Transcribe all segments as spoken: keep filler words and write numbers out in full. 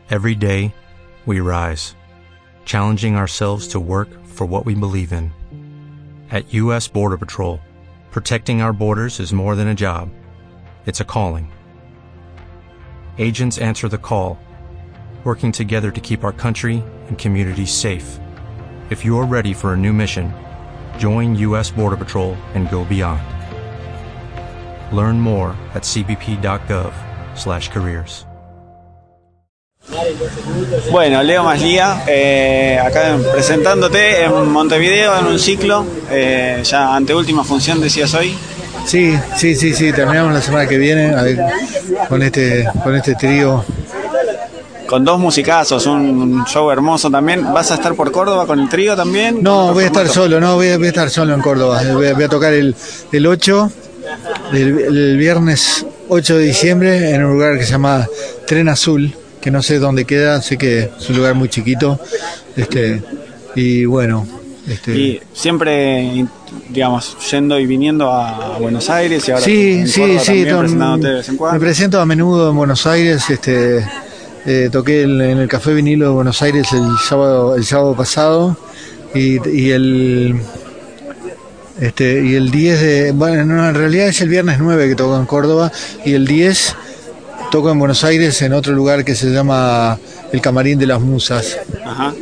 Every day, we rise, challenging ourselves to work for what we believe in. At U S Border Patrol, protecting our borders is more than a job. It's a calling. Agents answer the call, working together to keep our country and communities safe. If you are ready for a new mission, join U S Border Patrol and go beyond. Learn more at c b p dot gov slash careers. Bueno, Leo Maslía, eh, acá presentándote en Montevideo en un ciclo, eh, ya anteúltima función decías hoy. Sí, sí, sí, sí, terminamos la semana que viene a ver, con este con este trío. Con dos musicazos, un show hermoso también. ¿Vas a estar por Córdoba con el trío también? No, voy a estar solo, no, voy a, voy a estar solo en Córdoba. Voy a, voy a tocar el, el ocho, el, el viernes ocho de diciembre en un lugar que se llama Tren Azul, que no sé dónde queda, sé que es un lugar muy chiquito, este y bueno, este y siempre, digamos, yendo y viniendo a Buenos Aires y ahora sí, sí, sí, presentándote de vez en cuando. Me presento a menudo en Buenos Aires, este eh, toqué el, en el Café Vinilo de Buenos Aires el sábado el sábado pasado y, y el este y el diez de, bueno, no, en realidad es el viernes nueve que toco en Córdoba y el diez toco en Buenos Aires en otro lugar que se llama el Camarín de las Musas. Ajá.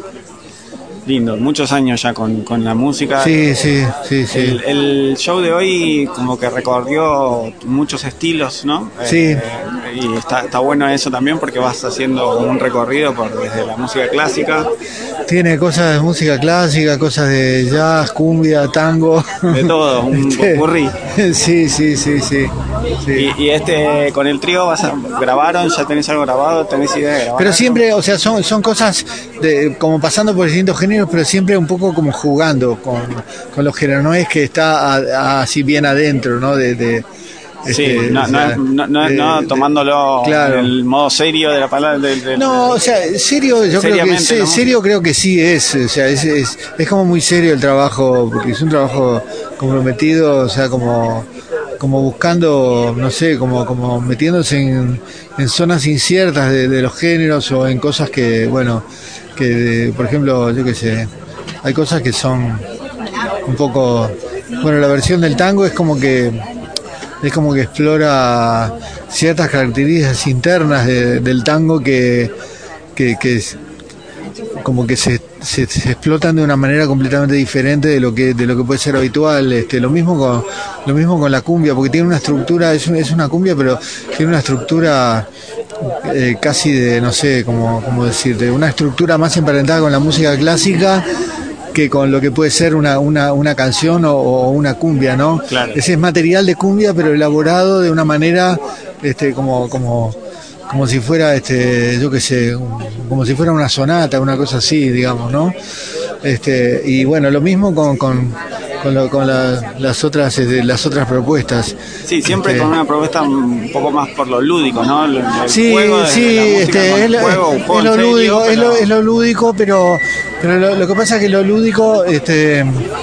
Lindo, muchos años ya con, con la música. Sí, sí, sí, sí. El, el show de hoy como que recorrió muchos estilos, ¿no? Sí. Eh, y está, está bueno eso también porque vas haciendo un recorrido por desde la música clásica. Tiene cosas de música clásica, cosas de jazz, cumbia, tango. De todo, un este, popurrí. Sí, sí, sí, sí. sí. Y, y este, con el trío vas a, grabaron, ya tenés algo grabado, tenés idea de grabar. Pero siempre, o sea, son, son cosas de, como pasando por distintos géneros, pero siempre un poco como jugando con, con los géneros. No es que está a, a, así bien adentro, ¿no? De, de Sí, este, no, o sea, no, no, de, no tomándolo claro. en el modo serio de la palabra. De, de, no, o sea, serio, yo creo que se, serio creo que sí es, o sea, es, es, es como muy serio el trabajo, porque es un trabajo comprometido, o sea, como como buscando, no sé, como como metiéndose en, en zonas inciertas de, de los géneros o en cosas que, bueno, que por ejemplo, yo qué sé, hay cosas que son un poco, bueno, la versión del tango es como que es como que explora ciertas características internas de, del tango que, que, que como que se, se, se explotan de una manera completamente diferente de lo que de lo que puede ser habitual. Este, lo mismo con lo mismo con la cumbia, porque tiene una estructura, es, es una cumbia, pero tiene una estructura eh, casi de, no sé, como, como decirte, una estructura más emparentada con la música clásica que con lo que puede ser una, una, una canción o, o una cumbia, ¿no? Claro. Ese es material de cumbia, pero elaborado de una manera este, como, como, como si fuera, este, yo qué sé, como si fuera una sonata, una cosa así, digamos, ¿no? Este, y bueno, lo mismo con, con, con, lo, con la, las otras este, las otras propuestas. Sí, siempre este, con una propuesta un poco más por lo lúdico, ¿no? El, el sí, juego sí, la este, es, juego, es, juego es lo serio, lúdico, pero... es, lo, es lo lúdico, pero, pero lo, lo que pasa es que lo lúdico, este,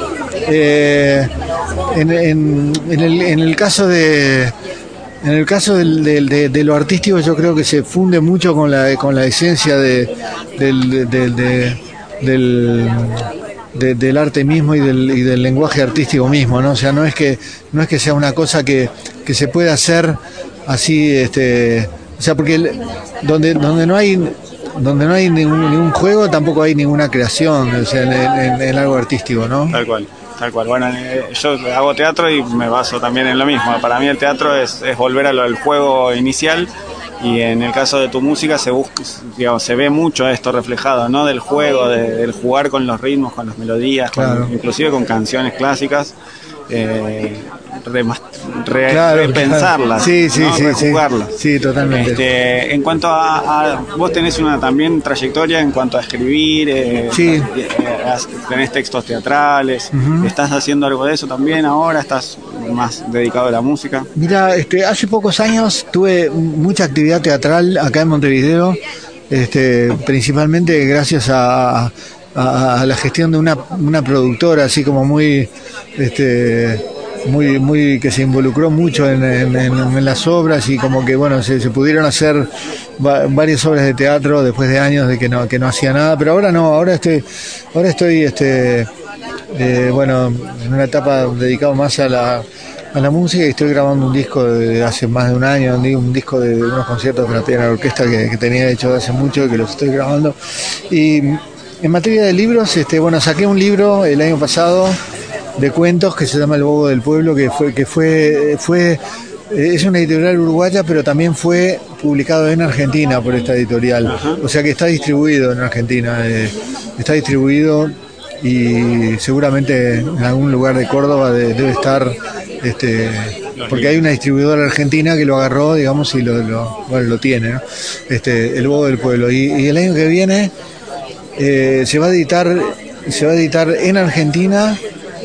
eh, en, en, en, el, en el caso de En el caso del, del, de, de lo artístico, yo creo que se funde mucho con la con la esencia de, del, de, de, del, de, del arte mismo y del, y del lenguaje artístico mismo, ¿no? O sea, no es que no es que sea una cosa que, que se pueda hacer así, este, o sea, porque el, donde donde no hay donde no hay ningún, ningún juego, tampoco hay ninguna creación, o sea, en, en, en algo artístico, ¿no? Tal cual. Tal cual. Bueno, yo hago teatro y me baso también en lo mismo. Para mí el teatro es, es volver al juego inicial y en el caso de tu música se busca, digamos, se ve mucho esto reflejado, ¿no? Del juego, de, del jugar con los ritmos, con las melodías, claro. con, inclusive con canciones clásicas. Eh, re, re, claro, repensarlas, claro. Sí, sí, ¿no? sí, rejugarlas. Sí, sí, totalmente. Este, en cuanto a, a vos tenés una también trayectoria en cuanto a escribir, eh, sí. eh, tenés textos teatrales, uh-huh. ¿Estás haciendo algo de eso también ahora? ¿Estás más dedicado a la música? Mira, este, hace pocos años tuve mucha actividad teatral acá en Montevideo, este, principalmente gracias a A, a la gestión de una, una productora así como muy este muy muy que se involucró mucho en, en, en, en las obras y como que bueno se, se pudieron hacer va, varias obras de teatro después de años de que no que no hacía nada, pero ahora no, ahora estoy ahora estoy este eh, bueno en una etapa dedicado más a la a la música y estoy grabando un disco de hace más de un año, un disco de unos conciertos que no tenía la orquesta que, que tenía hecho de hace mucho, que los estoy grabando. Y en materia de libros, este bueno saqué un libro el año pasado de cuentos que se llama El Bobo del Pueblo, que fue que fue fue es una editorial uruguaya, pero también fue publicado en Argentina por esta editorial. Ajá. O sea que está distribuido en Argentina, eh, está distribuido y seguramente en algún lugar de Córdoba de, debe estar, este, porque hay una distribuidora argentina que lo agarró, digamos, y lo, lo, bueno, lo tiene, ¿no? Este, El Bobo del Pueblo. Y, y el año que viene eh, se va a editar, se va a editar en Argentina.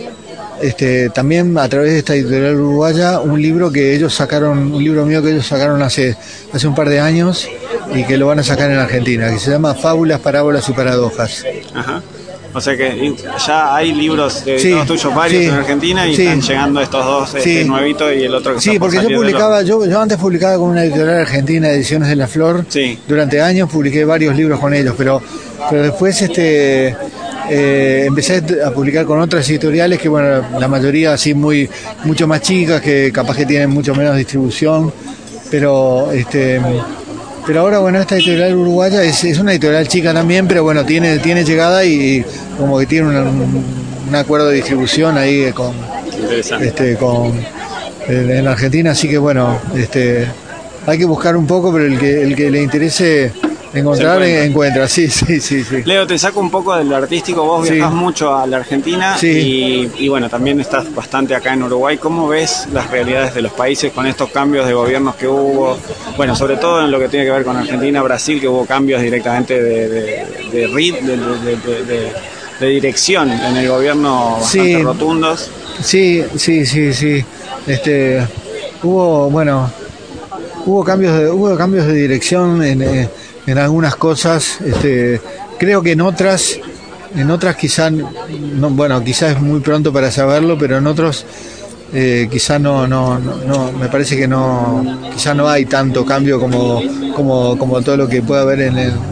Este, también a través de esta editorial uruguaya un libro que ellos sacaron, un libro mío que ellos sacaron hace, hace un par de años y que lo van a sacar en Argentina, que se llama Fábulas, Parábolas y Paradojas. Ajá. O sea que ya hay libros de sí, todos tuyos varios sí, en Argentina y sí, están llegando estos dos, este sí, nuevito y el otro que sí, está por porque yo publicaba, yo, yo antes publicaba con una editorial argentina, Ediciones de la Flor, sí. Durante años publiqué varios libros con ellos, pero, pero después este Eh, empecé a publicar con otras editoriales que bueno, la mayoría así muy mucho más chicas, que capaz que tienen mucho menos distribución, pero este pero ahora bueno, esta editorial uruguaya es, es una editorial chica también, pero bueno, tiene tiene llegada y como que tiene una, un, un acuerdo de distribución ahí con este con en Argentina, así que bueno, este hay que buscar un poco, pero el que el que le interese encontrar, encuentra. encuentra, sí, sí, sí, sí. Leo, te saco un poco de lo artístico, vos sí. viajás mucho a la Argentina sí. y, y bueno, también estás bastante acá en Uruguay. ¿Cómo ves las realidades de los países con estos cambios de gobiernos que hubo? Bueno, sobre todo en lo que tiene que ver con Argentina, Brasil, que hubo cambios directamente de, de, de, de, de, de, de, de dirección en el gobierno bastante sí. rotundos. Sí, sí, sí, sí. Este, hubo, bueno, hubo cambios de, hubo cambios de dirección en... Eh, en algunas cosas, este, creo que en otras, en otras quizás, no, bueno, quizás es muy pronto para saberlo, pero en otros eh, quizás no, no, no, no, me parece que no, quizás no hay tanto cambio como, como, como todo lo que puede haber en el,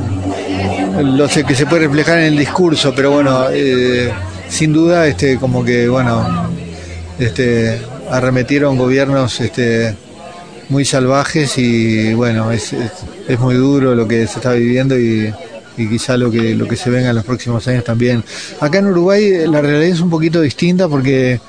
lo que se puede reflejar en el discurso, pero bueno, eh, sin duda, este, como que bueno, este, arremetieron gobiernos, este, muy salvajes y bueno, es, es, es muy duro lo que se está viviendo y, y quizá lo que lo que se venga en los próximos años también. Acá en Uruguay la realidad es un poquito distinta porque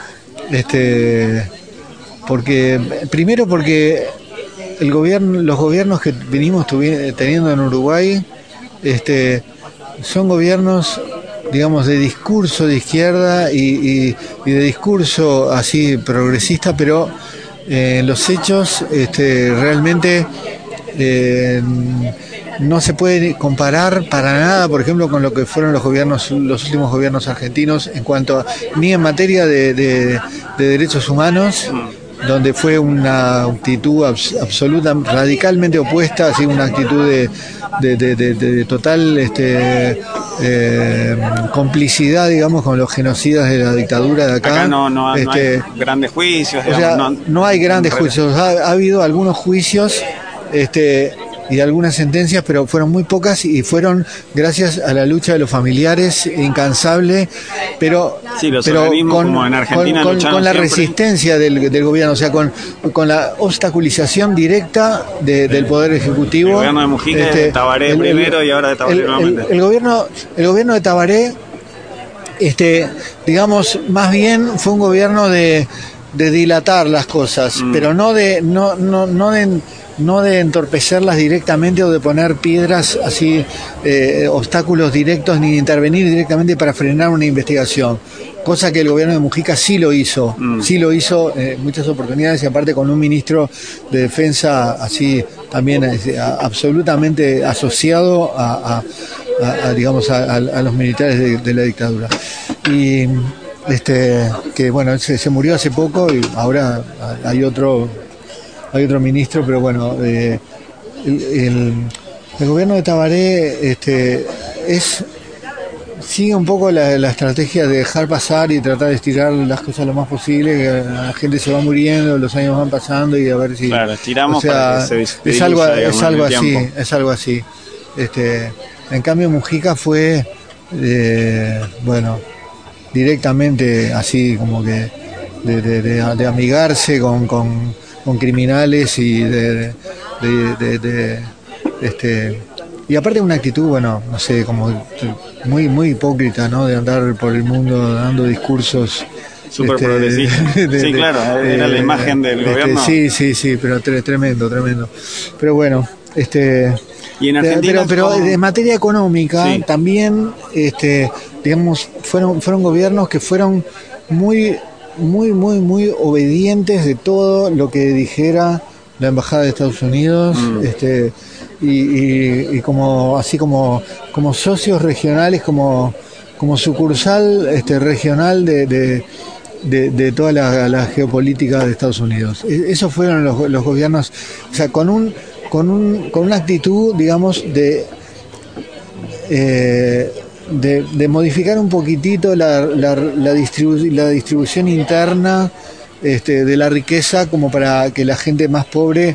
este porque primero porque el gobierno los gobiernos que venimos tuvi- teniendo en Uruguay este son gobiernos, digamos, de discurso de izquierda y, y, y de discurso así progresista, pero en eh, los hechos este, realmente eh, no se puede comparar para nada, por ejemplo, con lo que fueron los gobiernos, los últimos gobiernos argentinos en cuanto a, ni en materia de, de, de derechos humanos, donde fue una actitud abs, absoluta, radicalmente opuesta, así una actitud de, de, de, de, de total este, eh, complicidad, digamos, con los genocidas de la dictadura de acá. Acá no, no, este, no hay grandes juicios, digamos, o sea, no, no hay grandes juicios, ha, ha habido algunos juicios este y algunas sentencias, pero fueron muy pocas y fueron gracias a la lucha de los familiares incansable, pero, sí, los pero con, como en Argentina con, con, con la siempre. resistencia del, del gobierno, o sea, con, con la obstaculización directa de, del Poder Ejecutivo. El gobierno de Mujica, este, de Tabaré el, primero y ahora de Tabaré el, nuevamente. El, el, gobierno, el gobierno de Tabaré, este, digamos, más bien fue un gobierno de, de dilatar las cosas, mm. pero no de... no, no, no de no de entorpecerlas directamente o de poner piedras así, eh, obstáculos directos, ni de intervenir directamente para frenar una investigación, cosa que el gobierno de Mujica sí lo hizo, mm. sí lo hizo en eh, muchas oportunidades y aparte con un ministro de defensa así también eh, absolutamente asociado a, a, a, a digamos a, a los militares de, de la dictadura. Y este que bueno, se, se murió hace poco y ahora hay otro hay otro ministro, pero bueno, eh, el, el, el gobierno de Tabaré este, es sigue un poco la, la estrategia de dejar pasar y tratar de estirar las cosas lo más posible, que la gente se va muriendo, los años van pasando y a ver si... Claro, estiramos, o sea, para que se es algo, digamos, es algo así, es algo así. Este, en cambio Mujica fue, eh, bueno, directamente así como que de, de, de, de amigarse con, con, con criminales y de, de, de, de, de este... Y aparte una actitud, bueno, no sé, como muy muy hipócrita, ¿no? De andar por el mundo dando discursos súper este, progresista. De, sí, de, claro, era de, la imagen del este, gobierno. Sí, sí, sí, pero tre- tremendo, tremendo. Pero bueno, este... Y en Argentina, pero, pero en materia económica sí. también, este, digamos, fueron fueron gobiernos que fueron muy muy muy muy obedientes de todo lo que dijera la embajada de Estados Unidos, mm. este y, y, y como así como como socios regionales, como como sucursal este regional de, de De, de toda la, la geopolítica de Estados Unidos. Esos fueron los, los gobiernos, o sea, con un con un con una actitud, digamos, de eh, de, de modificar un poquitito la la, la, distribu- la distribución interna este, de la riqueza, como para que la gente más pobre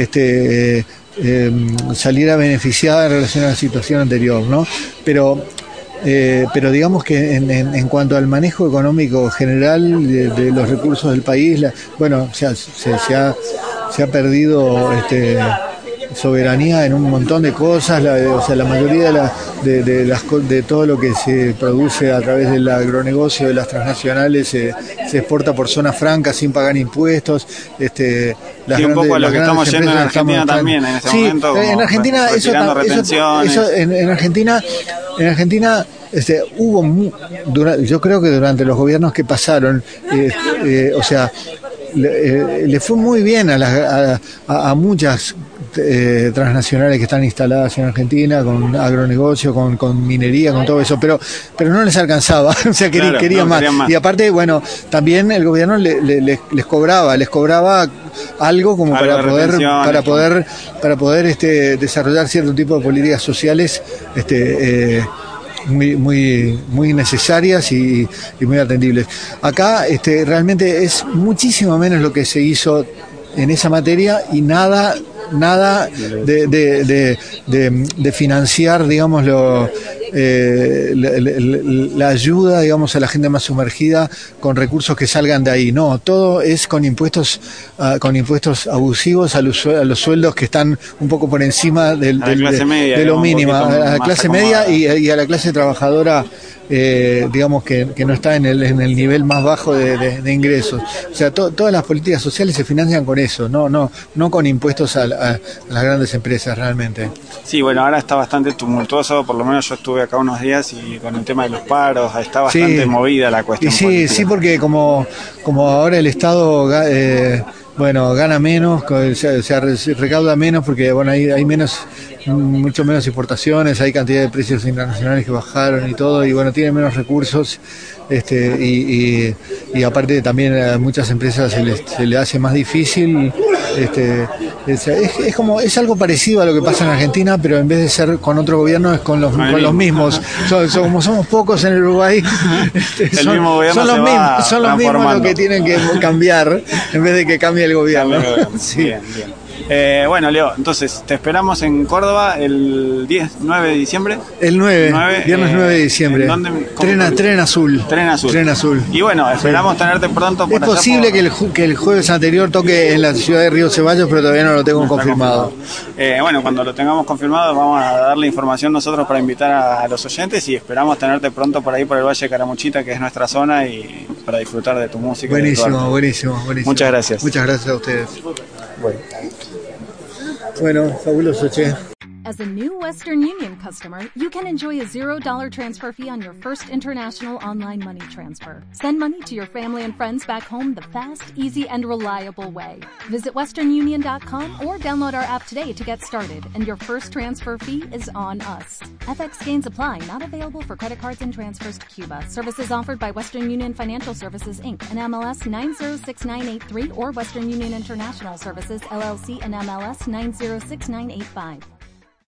este, eh, eh, saliera beneficiada en relación a la situación anterior, ¿no? Pero Eh, pero digamos que en, en, en cuanto al manejo económico general de, de los recursos del país, la, bueno, o sea, se, se, ha, se ha perdido este, soberanía en un montón de cosas, la, o sea, la mayoría de, la, de, de, las, de todo lo que se produce a través del agronegocio de las transnacionales se, se exporta por zonas francas sin pagar impuestos. Este, las sí, grandes, un poco a lo que estamos yendo en Argentina estamos, también en ese sí, momento. En Argentina, eso, eso, eso en, en Argentina, en Argentina este, hubo, mu, dura, yo creo que durante los gobiernos que pasaron, eh, eh, o sea, le, eh, le fue muy bien a, las, a, a, a muchas eh, transnacionales que están instaladas en Argentina, con agronegocio, con, con minería, con todo eso, pero pero no les alcanzaba, o sea, querían, claro, querían, no, más. querían más. Y aparte, bueno, también el gobierno le, le, les, les cobraba, les cobraba algo como algo para poder para poder para poder este desarrollar cierto tipo de políticas sociales este eh, muy muy muy necesarias y, y muy atendibles. Acá este realmente es muchísimo menos lo que se hizo en esa materia y nada nada de de, de, de, de financiar, digamos, lo, eh, la, la, la ayuda, digamos, a la gente más sumergida con recursos que salgan de ahí. No, todo es con impuestos uh, con impuestos abusivos a los, a los sueldos que están un poco por encima del, del, de, media, de lo mínimo, a la clase media y, y a la clase trabajadora. Eh, digamos que, que no está en el, en el nivel más bajo de, de, de ingresos. O sea, to, todas las políticas sociales se financian con eso, no no no con impuestos a, a, a las grandes empresas realmente. Sí, bueno, ahora está bastante tumultuoso, por lo menos yo estuve acá unos días y con el tema de los paros está bastante sí, movida la cuestión. Y sí, política. Sí, porque como, como ahora el Estado... Eh, bueno, gana menos, se, se recauda menos porque bueno hay, hay menos, mucho menos importaciones, hay cantidad de precios internacionales que bajaron y todo, y bueno, tienen menos recursos, este y, y, y aparte también a muchas empresas se les, se les hace más difícil, este es, es, es como es algo parecido a lo que pasa en Argentina, pero en vez de ser con otro gobierno es con los, con los mismos. So, so, como somos pocos en el Uruguay, este, son, mismo son los mismos, son los mismos los que tienen que cambiar en vez de que cambie el gobierno. Sí. Bien, bien. Eh, bueno, Leo, entonces te esperamos en Córdoba el diez, nueve de diciembre. El nueve, nueve viernes eh, nueve de diciembre. ¿Dónde, tren, a, tren azul. Tren azul. Tren azul. Y bueno, esperamos sí. tenerte pronto por Es posible por... que, el, que el jueves anterior toque en la ciudad de Río Ceballos, pero todavía no lo tengo no confirmado. confirmado. Eh, bueno, cuando lo tengamos confirmado vamos a darle información nosotros para invitar a, a los oyentes y esperamos tenerte pronto por ahí por el Valle de Caramuchita, que es nuestra zona, y para disfrutar de tu música. Buenísimo, buenísimo, buenísimo. Muchas gracias. Muchas gracias a ustedes. Bueno. Bueno, fabuloso, che. As a new Western Union customer, you can enjoy a zero dollar transfer fee on your first international online money transfer. Send money to your family and friends back home the fast, easy, and reliable way. Visit western union dot com or download our app today to get started, and your first transfer fee is on us. F X gains apply, not available for credit cards and transfers to Cuba. Services offered by Western Union Financial Services, Incorporated, and M L S nine zero six nine eight three or Western Union International Services, L L C, and M L S nine zero six nine eight five.